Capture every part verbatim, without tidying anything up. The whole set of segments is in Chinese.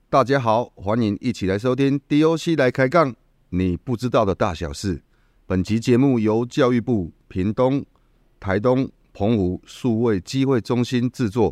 大家好，欢迎一起来收听 D O C 来开杠，你不知道的大小事。本集节目由教育部屏东、台东、澎湖数位机会中心制作。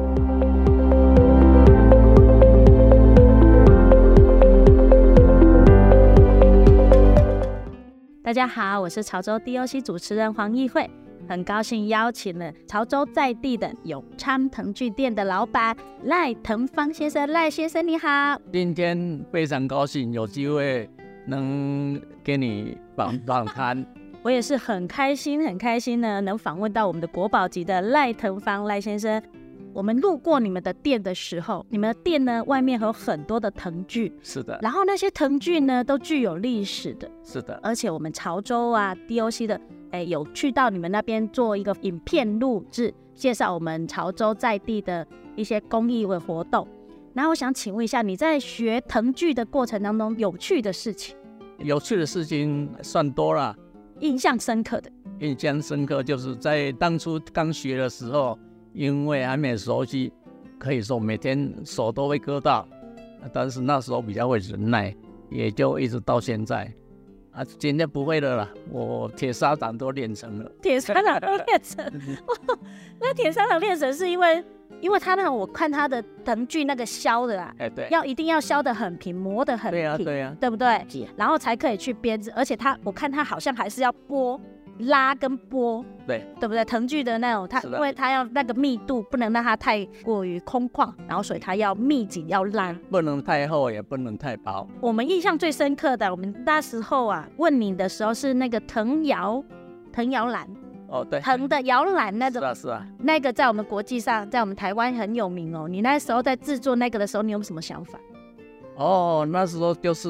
大家好，我是潮州 D O C 主持人黄义慧，很高兴邀请了潮州在地的永昌藤具店的老板赖腾芳先生。赖先生你好， 今天非常高兴有机会能给你访访谈。 我也是很开心很开心呢，能访问到我们的国宝级的赖腾芳赖先生。我们路过你们的店的时候，你们的店呢外面有很多的藤具， 是的， 然后那些藤具呢都具有历史的， 是的， 而且我们潮州啊 D O C 的哎，有去到你们那边做一个影片录制，介绍我们潮州在地的一些公益的活动。然后我想请问一下，你在学藤具的过程当中，有趣的事情？ 有趣的事情算多了， 印象深刻的？ 印象深刻就是在当初刚学的时候，因为还没熟悉，可以说每天手都会割到，但是那时候比较会忍耐，也就一直到现在。啊，今天不会了啦，我铁砂掌都练成了。 铁砂掌都练成，那铁砂掌练成是因为，因为他那我看他的藤具那个削的啦， 哎，对， 要一定要削得很平，磨得很平， 对啊，对啊， 对不对？然后才可以去编织，而且他我看他好像还是要拨。拉跟拨， 对对不对？藤具的那种，它因为它要那个密度，不能让它太过于空旷，然后所以它要密紧，要拉， 不能太厚，也不能太薄。 我们印象最深刻的，我们那时候啊问你的时候是那个藤摇，藤摇篮。 哦，对， 藤的摇篮那种， 是啊是啊， 那个在我们国际上，在我们台湾很有名哦。你那时候在制作那个的时候，你有什么想法？ 哦，那时候就是。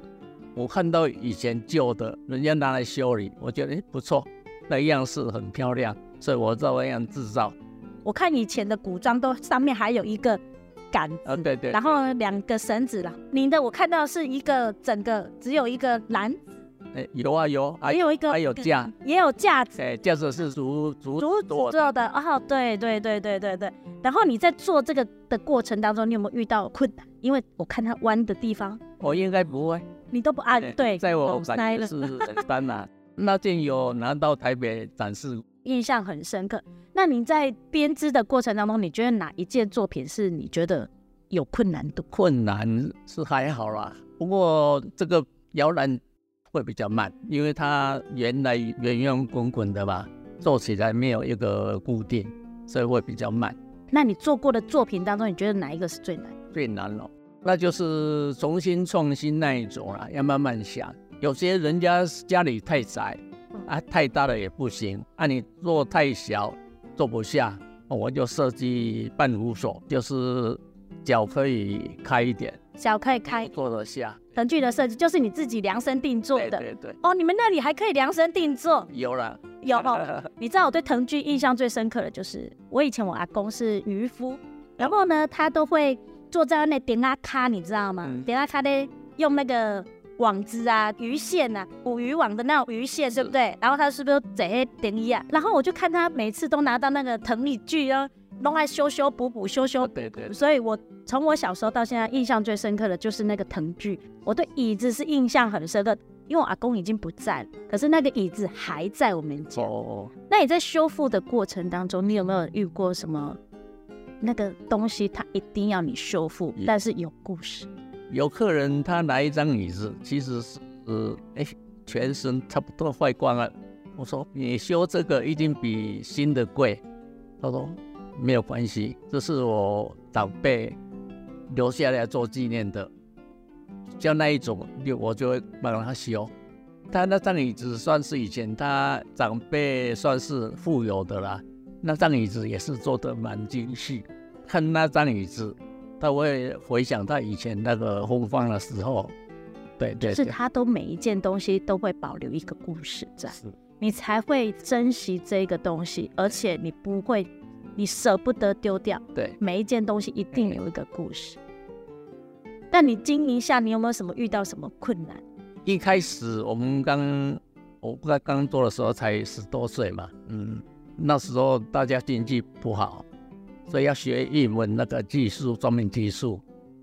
我看到以前旧的，人家拿来修理，我觉得哎不错，那样式很漂亮，所以我照样制造。 我看以前的古装都上面还有一个杆子， 啊对对， 然后两个绳子啦。您的我看到是一个整个只有一个篮， 哎有啊有，还有一个还有架， 也有架子， 哎架子是竹竹竹做的哦，对对对对对对。然后你在做这个的过程当中，你有没有遇到困难？因为我看它弯的地方， 我应该不会。 你都不按对， 在我感觉是很单啊。那件有拿到台北展示， 印象很深刻。那你在编织的过程当中，你觉得哪一件作品是你觉得有困难度？ 困难是还好啦，不过这个摇篮会比较慢，因为它原来圆圆滚滚的吧，做起来没有一个固定，所以会比较慢。 那你做过的作品当中，你觉得哪一个是最难？ 最难了。那就是重新创新那一种啦，要慢慢想。有些人家家里太窄，啊，太大了也不行，啊，你做太小做不下，我就设计半弧手，就是脚可以开一点， 脚可以开， 做得下。 藤具的设计就是你自己量身定做的， 对对对。 哦，你们那里还可以量身定做？ 有了， 有哦。你知道我对藤具印象最深刻的就是，我以前我阿公是渔夫，然后呢，他都会。坐在那点啊卡，你知道吗？点啊卡的用那个网子啊、鱼线啊、捕鱼网的那种鱼线，对不对？然后他是不是这些点一啊？然后我就看他每次都拿到那个藤椅具，然后弄来修修补补、修修。 对对。 所以我从我小时候到现在，印象最深刻的就是那个藤具。我对椅子是印象很深刻，因为我阿公已经不在了，可是那个椅子还在我们家。哦。那你在修复的过程当中，你有没有遇过什么？那个东西它一定要你修复，但是有故事。 有客人他拿一张椅子，其实是呃，哎，全身差不多坏光了。我说你修这个一定比新的贵。他说没有关系，这是我长辈留下来做纪念的，像那一种我就会帮他修。他那张椅子算是以前他长辈算是富有的啦。那张椅子也是做得蛮精细，看那张椅子，他会回想他以前那个风光的时候，对对对， 就是他都每一件东西都会保留一个故事在，你才会珍惜这个东西，而且你不会，你舍不得丢掉，对，每一件东西一定有一个故事。但你经营下，你有没有什么遇到什么困难？ 一开始我们刚我刚刚做的时候才十多岁嘛，嗯。那时候大家经济不好，所以要学一门那个技术，专门技术。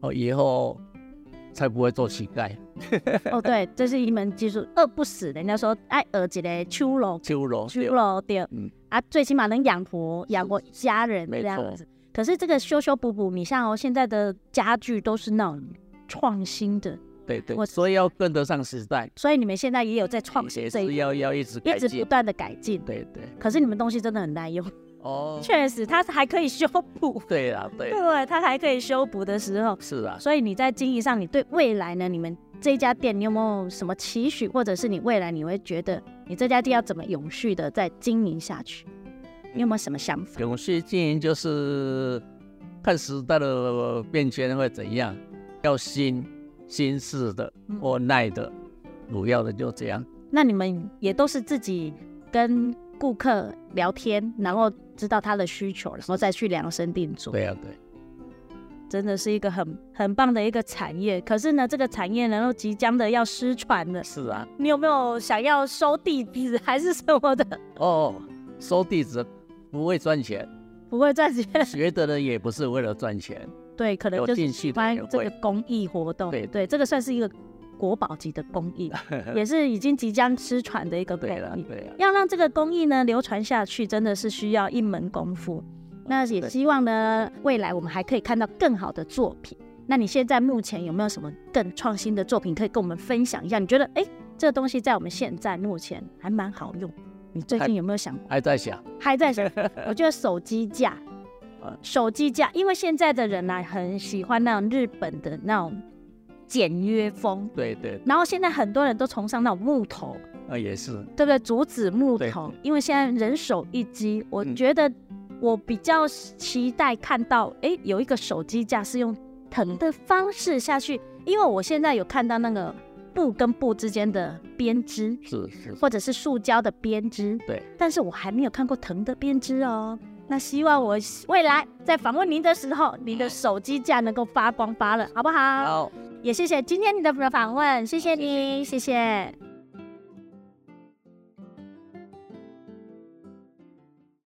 哦，以后才不会做乞丐。 哦，对，这是一门技术，饿不死。人家说爱饿一个手路， 秋楼， 手路对， 嗯啊，最起码能养活养活家人这样子。可是这个修修补补，你像哦，现在的家具都是那种创新的， 对对，所以要跟得上时代。 所以你们现在也有在创新这一， 也是要要一直改一直进， 不断的改进。 对对。 可是你们东西真的很耐用。 哦， 确实，它还可以修补。 对啦，对， 对，它还可以修补的时候， 是啊。 所以你在经营上，你对未来呢？你们这家店，你有没有什么期许，或者是你未来你会觉得你这家店要怎么永续的再经营下去？你有没有什么想法？ 永续经营就是看时代的变迁会怎样，要新新式的或耐的，主要的就这样。 那你们也都是自己跟顾客聊天，然后知道他的需求，然后再去量身定做。 对啊，对， 真的是一个很很棒的一个产业。可是呢，这个产业呢又即将的要失传了。 是啊。 你有没有想要收弟子还是什么的？ 哦，收弟子不会赚钱， 不会赚钱， 学的人也不是为了赚钱。 对，可能就是喜欢这个公益活动。对对，这个算是一个国宝级的公益，也是已经即将失传的一个公益。对了，对了，要让这个公益呢流传下去，真的是需要一门功夫。那也希望呢，未来我们还可以看到更好的作品。那你现在目前有没有什么更创新的作品可以跟我们分享一下？你觉得，哎，这个东西在我们现在目前还蛮好用。你最近有没有想？ 还在想， 还在想。我觉得手机架，手机架，因为现在的人啊，很喜欢那种日本的那种简约风， 对对。 然后现在很多人都崇尚那种木头， 啊也是， 对不对？竹子木头，因为现在人手一机，我觉得我比较期待看到，哎，有一个手机架是用藤的方式下去，因为我现在有看到那个布跟布之间的编织， 是是， 或者是塑胶的编织， 对， 但是我还没有看过藤的编织哦。那希望我未来在访问您的时候，您的手机架能够发光发热，好不好？ 好， 也谢谢今天你的访问，谢谢你，谢谢。